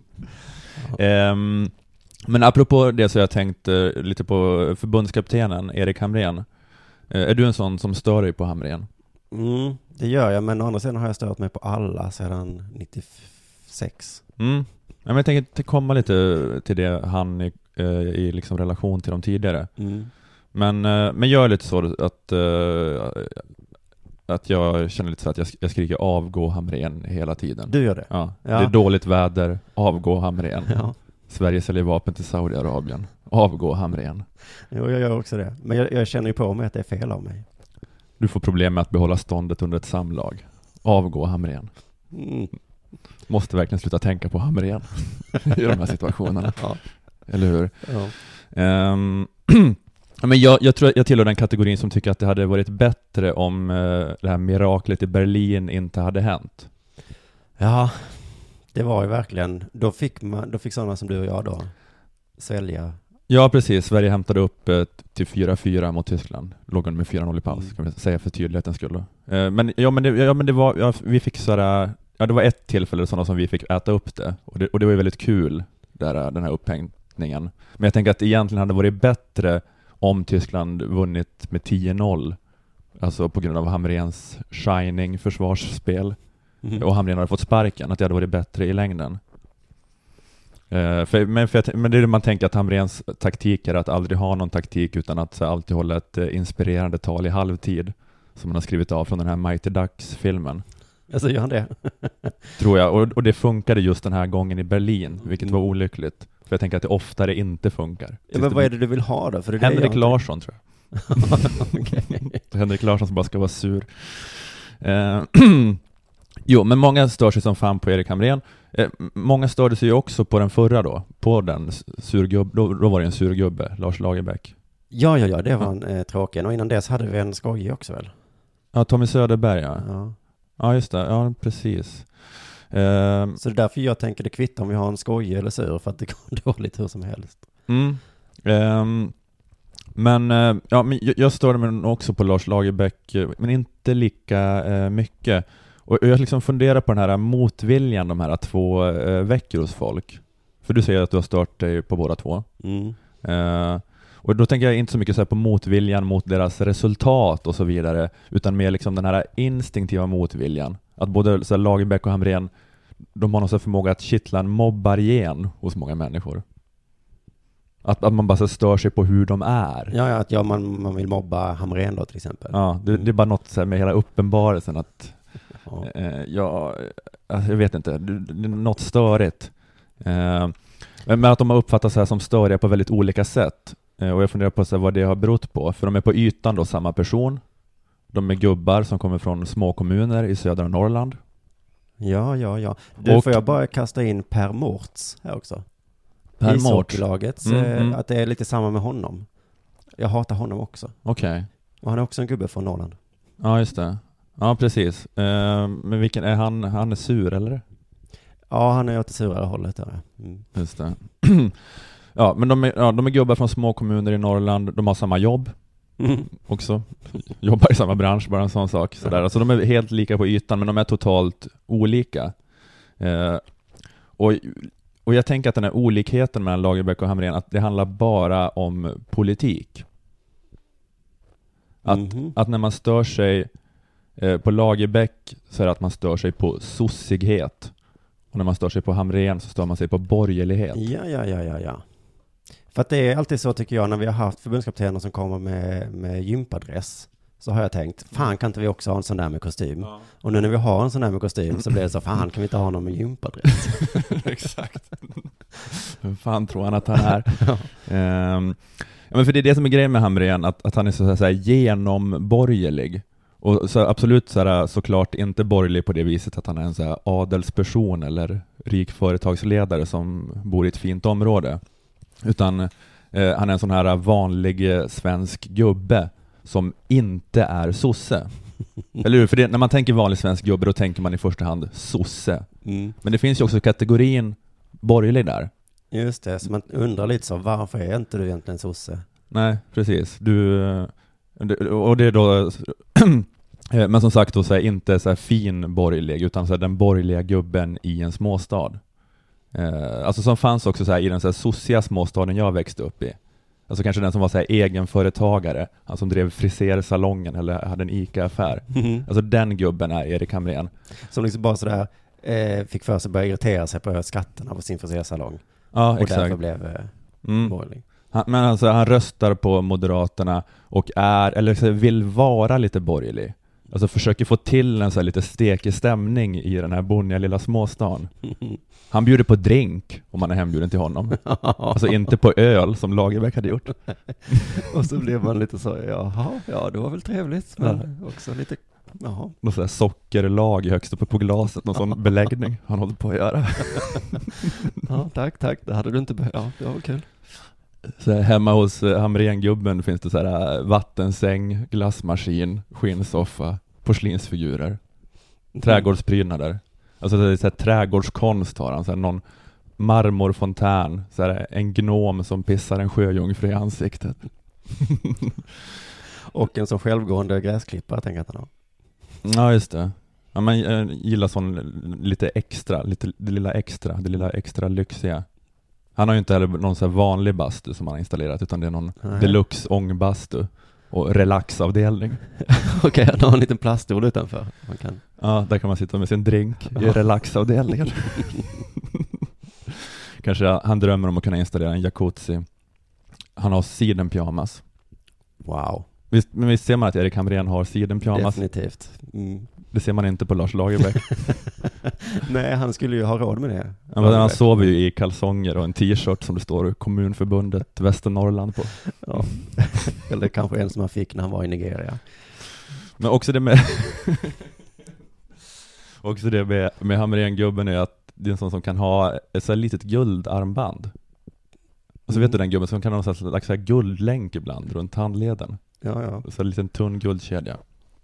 [SPEAKER 4] Um, men apropå det så har jag tänkt uh, lite på förbundskaptenen Erik Hamrén. Uh, är du en sån som stör dig på Hamrén?
[SPEAKER 3] Mm, det gör jag, men å andra sidan har jag stört mig på alla sedan nittiosex.
[SPEAKER 4] Mm. Ja, men jag tänker komma lite till det han i, uh, i liksom relation till de tidigare.
[SPEAKER 3] Mm.
[SPEAKER 4] Men, uh, men jag är lite så att uh, att jag känner lite så att jag, jag skriker avgå Hamrén hela tiden.
[SPEAKER 3] Du gör det?
[SPEAKER 4] Ja.
[SPEAKER 3] Ja.
[SPEAKER 4] Det är dåligt väder, avgå Hamrén.
[SPEAKER 3] Ja.
[SPEAKER 4] Sverige säljer vapen till Saudiarabien, avgå Hamrén.
[SPEAKER 3] Jo, jag gör också det. Men jag, jag känner ju på mig att det är fel av mig.
[SPEAKER 4] Du får problem med att behålla ståndet under ett samlag. Avgå Hamrén.
[SPEAKER 3] Mm.
[SPEAKER 4] Måste verkligen sluta tänka på Hamrén i de här situationerna.
[SPEAKER 3] Ja.
[SPEAKER 4] Eller hur?
[SPEAKER 3] Ja.
[SPEAKER 4] Um, men jag, jag tror jag tillhör den kategorin som tycker att det hade varit bättre om uh, det här miraklet i Berlin inte hade hänt.
[SPEAKER 3] Ja, det var ju verkligen, då fick man, då fick sådana som du och jag då svälja.
[SPEAKER 4] Ja, precis. Sverige hämtade upp eh, till fyra fyra mot Tyskland. Låg under med fyra noll i paus,
[SPEAKER 3] Mm.
[SPEAKER 4] kan vi säga för tydlighetens skull. Eh, men, ja, men, det, ja, men det var, ja, vi fick sådär, ja, det var ett tillfälle sådana som vi fick äta upp det. Och det, och det var ju väldigt kul, där, den här upphängningen. Men jag tänker att det egentligen hade varit bättre om Tyskland vunnit med tio noll. Alltså på grund av Hamréns shining försvarsspel.
[SPEAKER 3] Mm.
[SPEAKER 4] Och Hamrén hade fått sparken, att det hade varit bättre i längden. Uh, för, men, för att, men det är det man tänker, att Hamréns taktik är att aldrig ha någon taktik utan att så, alltid hålla ett uh, inspirerande tal i halvtid som man har skrivit av från den här Mighty Ducks-filmen.
[SPEAKER 3] Alltså gör han det?
[SPEAKER 4] Tror jag, och, och det funkade just den här gången i Berlin, vilket
[SPEAKER 3] Mm.
[SPEAKER 4] var olyckligt. För jag tänker att det oftare inte funkar.
[SPEAKER 3] Ja, men vad är det du vill ha då? För det är det
[SPEAKER 4] Henrik
[SPEAKER 3] jag
[SPEAKER 4] Larsson tror jag.
[SPEAKER 3] Okay.
[SPEAKER 4] Henrik Larsson som bara ska vara sur. Uh, jo, men många stör sig som fan på Erik Hamrén. Eh, många störde sig ju också på den förra då, på den surgubb, då, då var det en surgubbe, Lars Lagerbäck.
[SPEAKER 3] Ja, ja, ja, det var en eh, tråkig. Och innan dess hade vi en skojig också väl?
[SPEAKER 4] Ja, Tommy Söderberg, ja.
[SPEAKER 3] Ja.
[SPEAKER 4] Ja, just det, ja, precis. Eh,
[SPEAKER 3] Så det är därför jag tänker det kvittar om vi har en skojig eller sur, för att det går dåligt hur som helst.
[SPEAKER 4] mm, eh, men, eh, ja, men jag, jag störde mig också på Lars Lagerbäck, men inte lika eh, mycket. Och jag liksom funderar på den här motviljan de här två eh, väcker hos folk. För du säger att du har stört dig på båda två.
[SPEAKER 3] Mm.
[SPEAKER 4] Eh, och då tänker jag inte så mycket så här på motviljan mot deras resultat och så vidare, utan mer liksom den här instinktiva motviljan. Att både så här, Lagerbäck och Hamrén, de har någon så här förmåga att kittla en mobbargen hos många människor. Att, att man bara så stör sig på hur de är.
[SPEAKER 3] Ja, ja, att ja, man, man vill mobba Hamrén då till exempel.
[SPEAKER 4] Ja, det, det är bara något så här med hela uppenbarelsen att
[SPEAKER 3] Ja.
[SPEAKER 4] Eh, ja, alltså, jag vet inte, det, det är något störigt. Eh, men att de har uppfattat så här som störiga på väldigt olika sätt. Eh, och jag funderar på så här, vad det har berott på. För de är på ytan då samma person. De är gubbar som kommer från små kommuner i södra Norrland.
[SPEAKER 3] Ja, ja, ja. Du,
[SPEAKER 4] Och-
[SPEAKER 3] får jag bara kasta in Per Mårts här också?
[SPEAKER 4] Per Mårts.
[SPEAKER 3] Ishockeylagets,
[SPEAKER 4] Mm,
[SPEAKER 3] eh,
[SPEAKER 4] mm.
[SPEAKER 3] att det är lite samma med honom. Jag hatar honom också.
[SPEAKER 4] Okej.
[SPEAKER 3] Och han är också en gubbe från Norrland.
[SPEAKER 4] Ja, just det. Ja, precis. Eh, men vilken är han? Han är sur, eller?
[SPEAKER 3] Ja, han är åt det surare hållet. Ja. Mm.
[SPEAKER 4] Just det. Ja, men de är, ja, de är gubbar från små kommuner i Norrland. De har samma jobb
[SPEAKER 3] Mm.
[SPEAKER 4] också. Jobbar i samma bransch, bara en sån sak. Sådär. Alltså de är helt lika på ytan, men de är totalt olika. Eh, och, och jag tänker att den här olikheten mellan Lagerbäck och Hamrén, att det handlar bara om politik. Att,
[SPEAKER 3] Mhm.
[SPEAKER 4] att när man stör sig eh, på Lagerbäck så är det att man stör sig på sossighet. Och när man stör sig på Hamrén så stör man sig på borgerlighet.
[SPEAKER 3] Ja, ja, ja, ja, ja. För att det är alltid så tycker jag, när vi har haft förbundskaptener som kommer med, med gympadress, så har jag tänkt, fan kan inte vi också ha en sån där med kostym?
[SPEAKER 4] Ja.
[SPEAKER 3] Och nu när vi har en sån där med kostym så blir det så, fan kan vi inte ha någon med gympadress?
[SPEAKER 4] Exakt. Vem fan tror han att han är? Ehm, ja, men för det är det som är grejen med Hamrén, att, att han är så, så här genomborgerlig. Och så absolut så här, såklart inte borgerlig på det viset att han är en så här adelsperson eller rik företagsledare som bor i ett fint område. Utan eh, han är en sån här vanlig eh, svensk gubbe som inte är sosse. Eller hur? För det, när man tänker vanlig svensk gubbe då tänker man i första hand sosse.
[SPEAKER 3] Mm.
[SPEAKER 4] Men det finns ju också kategorin borgerlig där.
[SPEAKER 3] Just det, så man undrar lite så, varför är inte du egentligen sosse?
[SPEAKER 4] Nej, precis. Du, och det är då men som sagt då så är inte så här fin borgerlig utan så här den borgerliga gubben i en småstad. Eh, alltså som fanns också så här i den så här socia småstaden jag växte upp i. Alltså kanske den som var så här egenföretagare, han som drev frisersalongen eller hade en ICA-affär.
[SPEAKER 3] Mm.
[SPEAKER 4] Alltså den gubben är Erik Hamrén.
[SPEAKER 3] Som liksom bara sådär eh, fick för sig börja irritera sig på skatterna på sin frisersalong.
[SPEAKER 4] Ja,
[SPEAKER 3] och
[SPEAKER 4] exakt.
[SPEAKER 3] därför blev eh,
[SPEAKER 4] Mm.
[SPEAKER 3] borgerlig.
[SPEAKER 4] Han, men alltså han röstar på Moderaterna och är, eller så vill vara lite borgerlig. Alltså försöker få till en så här lite stekig stämning i den här bonniga lilla småstan. Han bjuder på drink om man är hembjuden till honom. Alltså inte på öl som Lagerbäck hade gjort.
[SPEAKER 3] Och så blev man lite så, jaha, ja det var väl trevligt. Men ja. Också lite, jaha.
[SPEAKER 4] Någon så här sockerlag högst uppe på glaset, någon sån beläggning han håller på att göra.
[SPEAKER 3] Ja, tack, tack, det hade du inte behövt. Ja, det var kul.
[SPEAKER 4] Så här, hemma hos uh, Hamrén-gubben finns det så här uh, vattensäng, glassmaskin, skinnsoffa, porslinsfigurer, mm. trädgårdsprydnader. Alltså det är så här, trädgårdskonst har han, så här, någon marmorfontän, så här, en gnom som pissar en sjöjungfru i ansiktet.
[SPEAKER 3] Och en så självgående gräsklippare tänker jag att han har.
[SPEAKER 4] Ja, just det. Ja, man jag gillar sån lite extra, lite, det lilla extra, det lilla extra lyxiga. Han har ju inte heller någon så här vanlig bastu som han har installerat, utan det är någon Nej. deluxe ångbastu och relaxavdelning.
[SPEAKER 3] Okej, okay, han har en liten plaststol utanför. Man kan...
[SPEAKER 4] Ja, där kan man sitta med sin drink i relaxavdelningen. Kanske han drömmer om att kunna installera en jacuzzi. Han har sidenpyjamas.
[SPEAKER 3] Wow.
[SPEAKER 4] Visst, men visst ser man att Erik Hamrén har sidenpyjamas?
[SPEAKER 3] Definitivt. Mm.
[SPEAKER 4] Det ser man inte på Lars Lagerbäck.
[SPEAKER 3] Nej, han skulle ju ha råd med det.
[SPEAKER 4] Ja, men han sover ju i kalsonger och en t-shirt som det står Kommunförbundet Västernorrland på.
[SPEAKER 3] Ja. Eller kanske en som han fick när han var i Nigeria.
[SPEAKER 4] Men också det med också det med, med Hamrén-gubben är att det är en sån som kan ha ett så här litet guldarmband. Och så
[SPEAKER 3] Mm.
[SPEAKER 4] vet du den gubben som kan ha en sån här guldlänk ibland runt handleden.
[SPEAKER 3] Ja, ja.
[SPEAKER 4] Så en liten tunn guldkedja.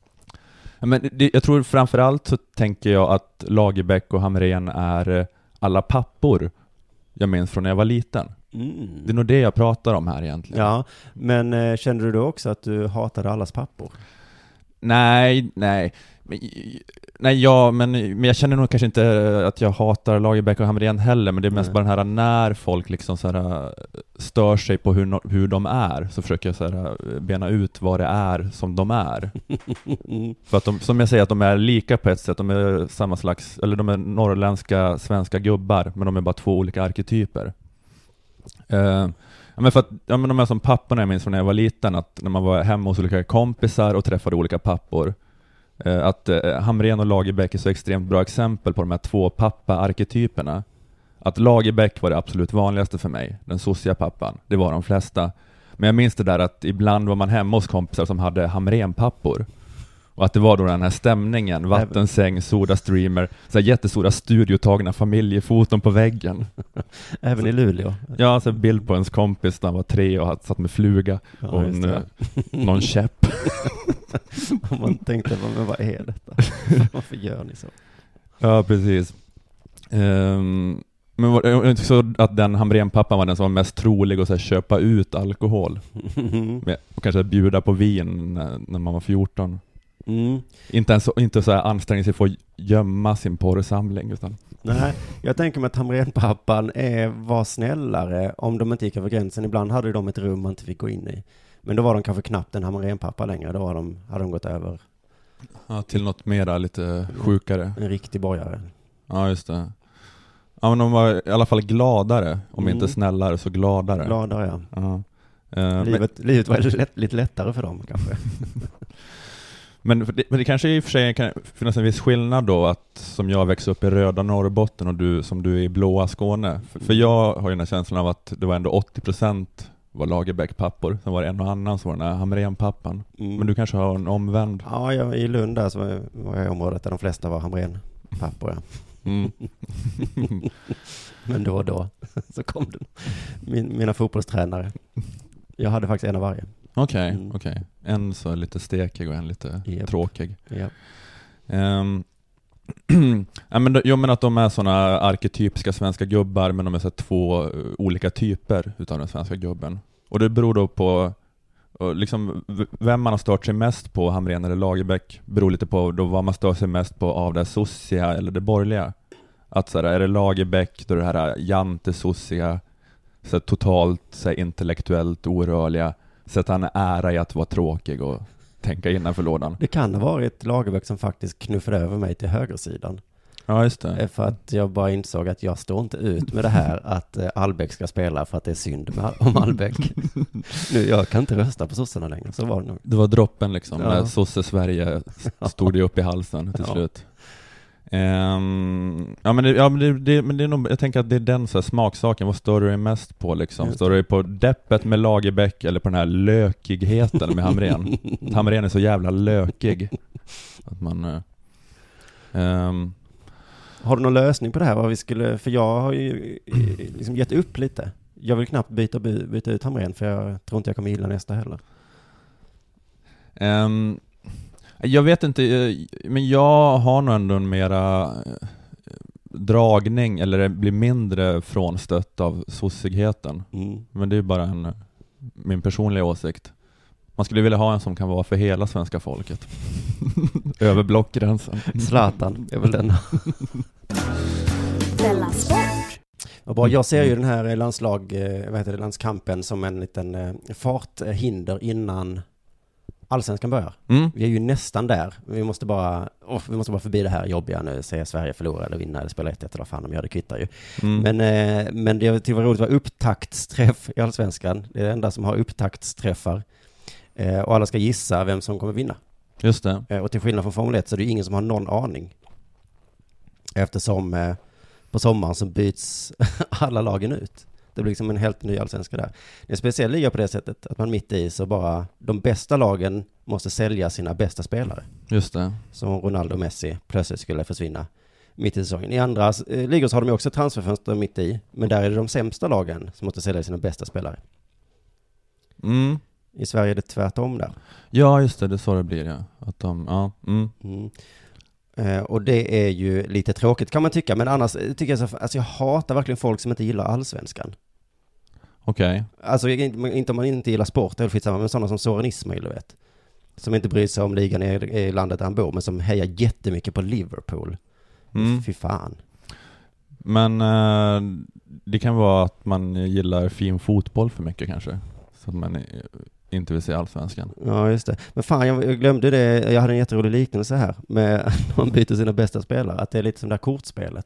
[SPEAKER 4] Men det, jag tror framförallt så tänker jag att Lagerbäck och Hamrén är alla pappor jag minns från när jag var liten.
[SPEAKER 3] Mm.
[SPEAKER 4] Det är nog det jag pratar om här egentligen.
[SPEAKER 3] Ja, men eh, kände du då också att du hatade allas pappor?
[SPEAKER 4] Nej, nej. Men, nej, ja, men, men jag känner nog kanske inte att jag hatar Lagerbäck och Hamrén heller, men det är mest
[SPEAKER 3] Nej.
[SPEAKER 4] bara den här när folk liksom så här stör sig på hur, hur de är, så försöker jag så här bena ut vad det är som de är. För att de, som jag säger, att de är lika på ett sätt, de är samma slags, eller de är norrländska svenska gubbar, men de är bara två olika arketyper. Uh, Ja, men för att, ja, men de är som papporna jag minns från när jag var liten, att när man var hemma hos olika kompisar och träffade olika pappor, eh, att eh, Hamrén och Lagerbäck är så extremt bra exempel på de här två pappa-arketyperna. Att Lagerbäck var det absolut vanligaste för mig, den socia pappan, det var de flesta. Men jag minns det där att ibland var man hemma hos kompisar som hade Hamrén-pappor. Och att det var då den här stämningen, vattensäng, soda streamer, så här jättestora studiotagna familjefoton på väggen.
[SPEAKER 3] Även i Luleå?
[SPEAKER 4] Ja, alltså bild på ens kompis när han var tre och hade satt med fluga ja, och en, någon käpp.
[SPEAKER 3] Och man tänkte, men vad är detta? Varför gör ni så?
[SPEAKER 4] Ja, precis. Um, men var det inte så att den Hamrén-pappan var den som var mest trolig att så här, köpa ut alkohol? Med, och kanske bjuda på vin när, när man var fjorton? Mm. Inte, ens, inte så här anstränga sig för att gömma sin porrsamling utan...
[SPEAKER 3] Nej, jag tänker mig att Hamrén-pappan är, var snällare om de inte gick över gränsen. Ibland hade de ett rum man inte fick gå in i. Men då var de kanske knappt en Hamrén-pappa längre. Då var de, hade de gått över.
[SPEAKER 4] Ja, till något mera lite sjukare.
[SPEAKER 3] En riktig borgare.
[SPEAKER 4] Ja, just det. Ja, men de var i alla fall gladare. Om mm. inte snällare så gladare.
[SPEAKER 3] Gladare, ja.
[SPEAKER 4] Ja. Uh,
[SPEAKER 3] livet,
[SPEAKER 4] men...
[SPEAKER 3] livet var lätt, lite lättare för dem kanske.
[SPEAKER 4] Men det, men det kanske i och för sig kan finnas en viss skillnad då, att som jag växte upp i röda Norrbotten och du som du är i blåa Skåne. För, för jag har ju den här känslan av att det var ändå åttio procent var Lagerbäck-pappor. Sen var det en och annan som var den här Hamrén-pappan. Mm. Men du kanske har en omvänd.
[SPEAKER 3] Ja, jag, i Lund där så var jag i området där de flesta var Hamrén-pappor. Ja. Mm. Men då och då så kom det min, mina fotbollstränare. Jag hade faktiskt en av varje.
[SPEAKER 4] Okej,
[SPEAKER 3] Mm.
[SPEAKER 4] okej. En så lite stekig och en lite
[SPEAKER 3] Japp.
[SPEAKER 4] tråkig.
[SPEAKER 3] Ja.
[SPEAKER 4] Um, ja, men, jag menar att de är såna arketypiska svenska gubbar, men de är så här två uh, olika typer utav den svenska gubben. Och det beror då på uh, liksom, v- vem man har stört sig mest på, Hamrén eller Lagerbäck, beror lite på då vad man stör sig mest på av det sossiga eller det borgerliga. Att så här, är det Lagerbäck, då är det här jante-sossiga, så här, totalt så här, intellektuellt orörliga, så att han är ära i att vara tråkig och tänka innanför lådan.
[SPEAKER 3] Det kan ha varit Lagerbäck som faktiskt knuffade över mig till högersidan.
[SPEAKER 4] Ja, just det.
[SPEAKER 3] Eh, För att jag bara insåg att jag står inte ut med det här att eh, Albeck ska spela för att det är synd med, om Albeck. Nu, jag kan inte rösta på sossarna längre, så var det nog.
[SPEAKER 4] Det var droppen liksom,
[SPEAKER 3] Ja.
[SPEAKER 4] när sosse Sverige stod det upp i halsen till
[SPEAKER 3] Ja.
[SPEAKER 4] slut. Ehm, ja men, det, ja, men, det, det, men det är nog, jag tänker att det är den så här smaksaken. Vad står du dig mest på liksom?
[SPEAKER 3] Just
[SPEAKER 4] Står du dig på deppet med Lagerbäck eller på den här lökigheten med Hamrén? Att Hamrén är så jävla lökig att man eh, ehm,
[SPEAKER 3] Har du någon lösning på det här? Vad vi skulle, för jag har ju eh, liksom gett upp lite. Jag vill knappt byta, by- byta ut Hamrén, för jag tror inte jag kommer gilla nästa heller.
[SPEAKER 4] ehm, jag vet inte, eh, men jag har nog ändå en mera eh, dragning, eller det blir mindre frånstött av sossigheten.
[SPEAKER 3] Mm.
[SPEAKER 4] Men det är bara en, min personliga åsikt. Man skulle vilja ha en som kan vara för hela svenska folket. Över blockgränsen.
[SPEAKER 3] Zlatan är väl den.
[SPEAKER 2] Della Sport.
[SPEAKER 3] Och bara, jag ser ju den här landslag, eh, vad heter det, landskampen som en liten eh, farthinder innan allsvenskan börjar.
[SPEAKER 4] Mm.
[SPEAKER 3] Vi är ju nästan där. Vi måste bara, oh, vi måste bara förbi det här jobbiga nu. Se Sverige förlora eller vinna eller spela ett ett eller vad fan de gör, det kvittar ju.
[SPEAKER 4] Mm.
[SPEAKER 3] Men, eh, men det jag tyckte var roligt var upptaktsträff i allsvenskan. Det är det enda som har upptaktsträffar. Eh, och alla ska gissa vem som kommer vinna.
[SPEAKER 4] Just det.
[SPEAKER 3] Eh, och till skillnad från Formel ett så är det ju ingen som har någon aning. Eftersom eh, på sommaren så byts alla lagen ut. Det blir liksom en helt ny allsvenska där. Det är en speciell liga på det sättet att man mitt i så bara de bästa lagen måste sälja sina bästa spelare.
[SPEAKER 4] Just det.
[SPEAKER 3] Som Ronaldo och Messi plötsligt skulle försvinna mitt i säsongen. I andra eh, ligor så har de ju också transferfönster mitt i. Men där är det de sämsta lagen som måste sälja sina bästa spelare.
[SPEAKER 4] Mm.
[SPEAKER 3] I Sverige är det tvärtom där.
[SPEAKER 4] Ja, just det. Det är så det blir, ja. Att de, ja. Mm.
[SPEAKER 3] Mm. Eh, och det är ju lite tråkigt kan man tycka. Men annars eh, tycker jag så, alltså jag hatar verkligen folk som inte gillar allsvenskan.
[SPEAKER 4] Okej.
[SPEAKER 3] Alltså inte, inte om man inte gillar sport, det är väl skitsamma, men sådana som Soran Ismail, du vet. Som inte bryr sig om ligan i, i landet där han bor, men som hejar jättemycket på Liverpool.
[SPEAKER 4] Mm.
[SPEAKER 3] Fy fan.
[SPEAKER 4] Men eh, det kan vara att man gillar fin fotboll för mycket kanske. Så att man eh, inte vill se allsvenskan.
[SPEAKER 3] Ja, just det. Men fan, jag, jag glömde det. Jag hade en jätterolig liknelse här med att man byter sina bästa spelare. Att det är lite som det här kortspelet.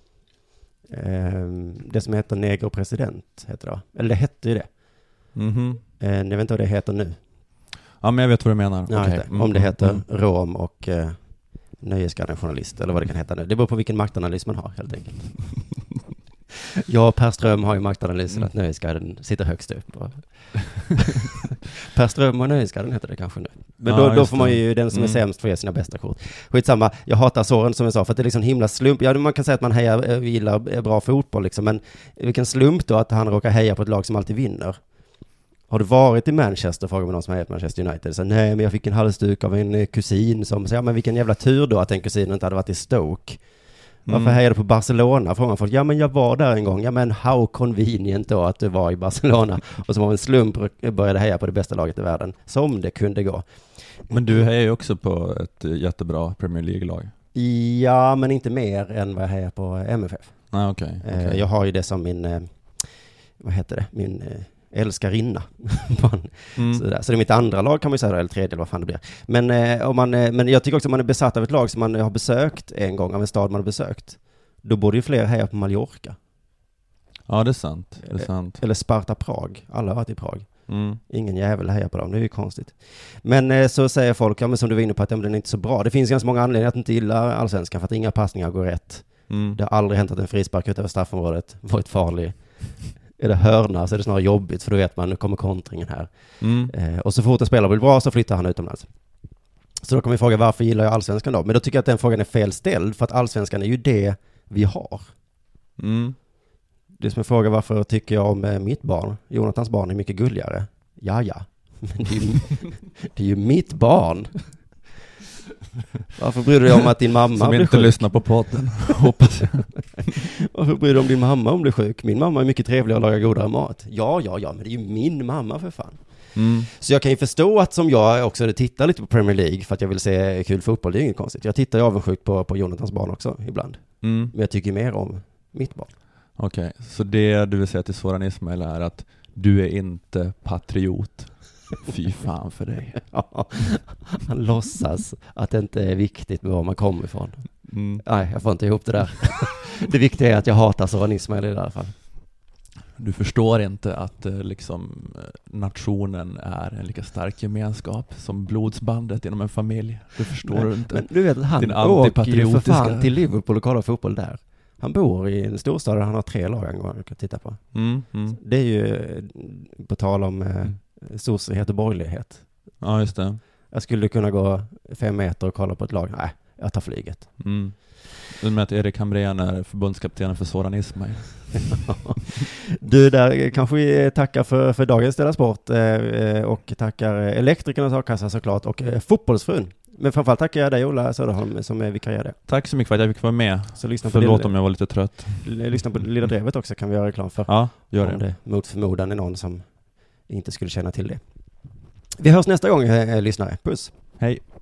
[SPEAKER 3] Ehm, det som heter Neger President, heter det. Eller det hette ju det.
[SPEAKER 4] Mhm.
[SPEAKER 3] Ehm, jag vet inte vad det heter nu.
[SPEAKER 4] Ja, men jag vet vad du menar.
[SPEAKER 3] Ja,
[SPEAKER 4] Okej.
[SPEAKER 3] just det.
[SPEAKER 4] Mm,
[SPEAKER 3] Om det heter
[SPEAKER 4] mm.
[SPEAKER 3] Rom och eh, Nöjesguiden journalist, eller vad det kan heta nu. Det beror på vilken maktanalys man har, helt enkelt. Jag och Per Ström har ju maktanalysen att Nöjesguiden sitter högst upp. Och Per Ström och Nöjesguiden heter det kanske nu. Men
[SPEAKER 4] Ja,
[SPEAKER 3] då, då
[SPEAKER 4] just
[SPEAKER 3] får man
[SPEAKER 4] det.
[SPEAKER 3] ju den som är
[SPEAKER 4] Mm.
[SPEAKER 3] sämst få ge sina bästa kort. Skitsamma, jag hatar Soran som jag sa, för att det är liksom himla slump. Ja, man kan säga att man hejar, eh, gillar eh, bra fotboll liksom, men vilken slump då att han råkar heja på ett lag som alltid vinner. Har du varit i Manchester, frågar man någon som hejar på Manchester United. Så, nej, men jag fick en halsduk av en eh, kusin som säger, ja, men vilken jävla tur då att den kusinen inte hade varit i Stoke. Varför
[SPEAKER 4] Mm.
[SPEAKER 3] hejade du på Barcelona? Frågar folk. Ja, men jag var där en gång. Ja, men how convenient då att du var i Barcelona. Och som av en slump började heja på det bästa laget i världen. Som det kunde gå.
[SPEAKER 4] Men du hejar ju också på ett eh, jättebra Premier League-lag.
[SPEAKER 3] Ja, men inte mer än vad jag hejar på M F F.
[SPEAKER 4] Nej, okej.
[SPEAKER 3] Eh,
[SPEAKER 4] okej.
[SPEAKER 3] Jag har ju det som min, eh, vad heter det? Min eh, älskarinna.
[SPEAKER 4] Mm.
[SPEAKER 3] Sådär. Så det är mitt andra lag kan man ju säga, eller tredje, eller vad fan det blir. Men, eh, om man, eh, men jag tycker också att man är besatt av ett lag som man har besökt en gång, av en stad man har besökt. Då borde ju fler heja på Mallorca.
[SPEAKER 4] Ja, det är sant. Det är sant.
[SPEAKER 3] Eller Sparta Prag. Alla har varit i Prag.
[SPEAKER 4] Mm.
[SPEAKER 3] Ingen jävel hejar på dem, det är ju konstigt. Men eh, så säger folk, ja men som du var inne på, att ja, men den är inte så bra. Det finns ganska många anledningar att inte gilla allsvenskan, för att inga passningar går rätt.
[SPEAKER 4] Mm.
[SPEAKER 3] Det har aldrig hänt att en frispark utöver straffområdet varit farlig. Är det hörna så är det snarare jobbigt, för då vet man, nu kommer kontringen här.
[SPEAKER 4] Mm.
[SPEAKER 3] Eh, och så fort en spelare blir bra så flyttar han utomlands. Så då kan vi fråga, varför gillar jag allsvenskan då? Men då tycker jag att den frågan är fel ställd, för att allsvenskan är ju det vi har.
[SPEAKER 4] Mm.
[SPEAKER 3] Det som är fråga, varför tycker jag om eh, mitt barn? Jonathans barn är mycket gulligare. Ja, ja. Men det är ju, det är ju mitt barn. Varför bryr du dig om att din mamma
[SPEAKER 4] Som
[SPEAKER 3] blir
[SPEAKER 4] inte
[SPEAKER 3] sjuk?
[SPEAKER 4] lyssnar på podden, hoppas jag.
[SPEAKER 3] Varför bryr du dig om din mamma om du blir sjuk? Min mamma är mycket trevlig och lagar godare mat. Ja, ja, ja, men det är ju min mamma för fan.
[SPEAKER 4] Mm.
[SPEAKER 3] Så jag kan ju förstå att som jag också tittar lite på Premier League för att jag vill se kul fotboll, det är inget konstigt. Jag tittar ju avundsjukt på, på Jonathans barn också ibland.
[SPEAKER 4] Mm.
[SPEAKER 3] Men jag tycker mer om mitt barn.
[SPEAKER 4] Okej, okay. Så det du vill säga till Soran Ismail är att du är inte patriot. Fy fan för dig.
[SPEAKER 3] Ja, han låtsas att det inte är viktigt med var man kommer ifrån.
[SPEAKER 4] Mm.
[SPEAKER 3] Nej, jag får inte ihop det där. Det viktiga är att jag hatar Soran Ismail i alla fall.
[SPEAKER 4] Du förstår inte att eh, liksom, nationen är en lika stark gemenskap som blodsbandet inom en familj. Du förstår
[SPEAKER 3] men,
[SPEAKER 4] du inte.
[SPEAKER 3] Men du vet att han
[SPEAKER 4] Din
[SPEAKER 3] åker ju för fan
[SPEAKER 4] antipatriotiska-
[SPEAKER 3] till Liverpool och kollar fotboll där. Han bor i en storstad där han har tre lag han kan titta på.
[SPEAKER 4] Mm, mm.
[SPEAKER 3] Det är ju på tal om eh, sosighet och borgerlighet.
[SPEAKER 4] Ja, just det.
[SPEAKER 3] Jag skulle kunna gå fem meter och kolla på ett lag. Nej, jag tar flyget.
[SPEAKER 4] Mm. Du med att Erik Hamrén är förbundskapten för Soran Ismail.
[SPEAKER 3] Du, där kanske vi tackar för, för dagens Della Sport eh, och tackar Elektrikernas A-kassa såklart och eh, Fotbollsfrun. Men framförallt tackar jag dig, Ola Söderholm, som är vikarierade.
[SPEAKER 4] Tack så mycket för att jag fick vara med.
[SPEAKER 3] Så lyssna på
[SPEAKER 4] Förlåt
[SPEAKER 3] lilla,
[SPEAKER 4] om jag var lite trött.
[SPEAKER 3] lyssna på Lilla Drevet också, kan vi göra reklam för.
[SPEAKER 4] Ja, gör
[SPEAKER 3] Om
[SPEAKER 4] det.
[SPEAKER 3] det mot förmodan är någon som inte skulle känna till det. Vi hörs nästa gång, eh, lyssnare. Puss!
[SPEAKER 4] Hej.